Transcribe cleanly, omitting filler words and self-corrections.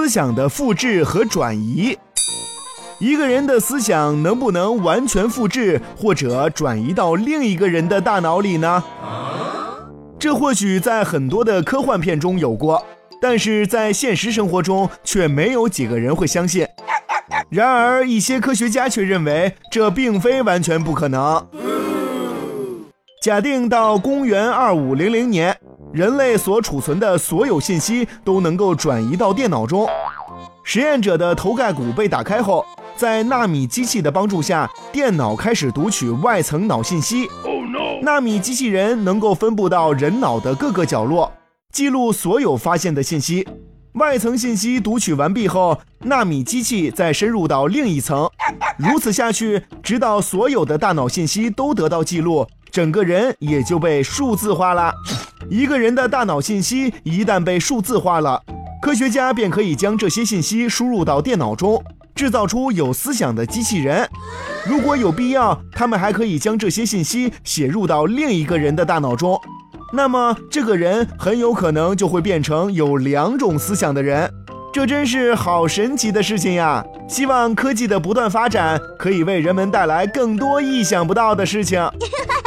思想的复制和转移。一个人的思想能不能完全复制或者转移到另一个人的大脑里呢？这或许在很多的科幻片中有过，但是在现实生活中却没有几个人会相信。然而一些科学家却认为这并非完全不可能。假定到公元2500年，人类所储存的所有信息都能够转移到电脑中。实验者的头盖骨被打开后，在纳米机器的帮助下，电脑开始读取外层脑信息。纳米机器人能够分布到人脑的各个角落，记录所有发现的信息。外层信息读取完毕后，纳米机器再深入到另一层，如此下去，直到所有的大脑信息都得到记录，整个人也就被数字化了。一个人的大脑信息一旦被数字化了，科学家便可以将这些信息输入到电脑中，制造出有思想的机器人。如果有必要，他们还可以将这些信息写入到另一个人的大脑中，那么这个人很有可能就会变成有2种思想的人。这真是好神奇的事情呀！希望科技的不断发展可以为人们带来更多意想不到的事情。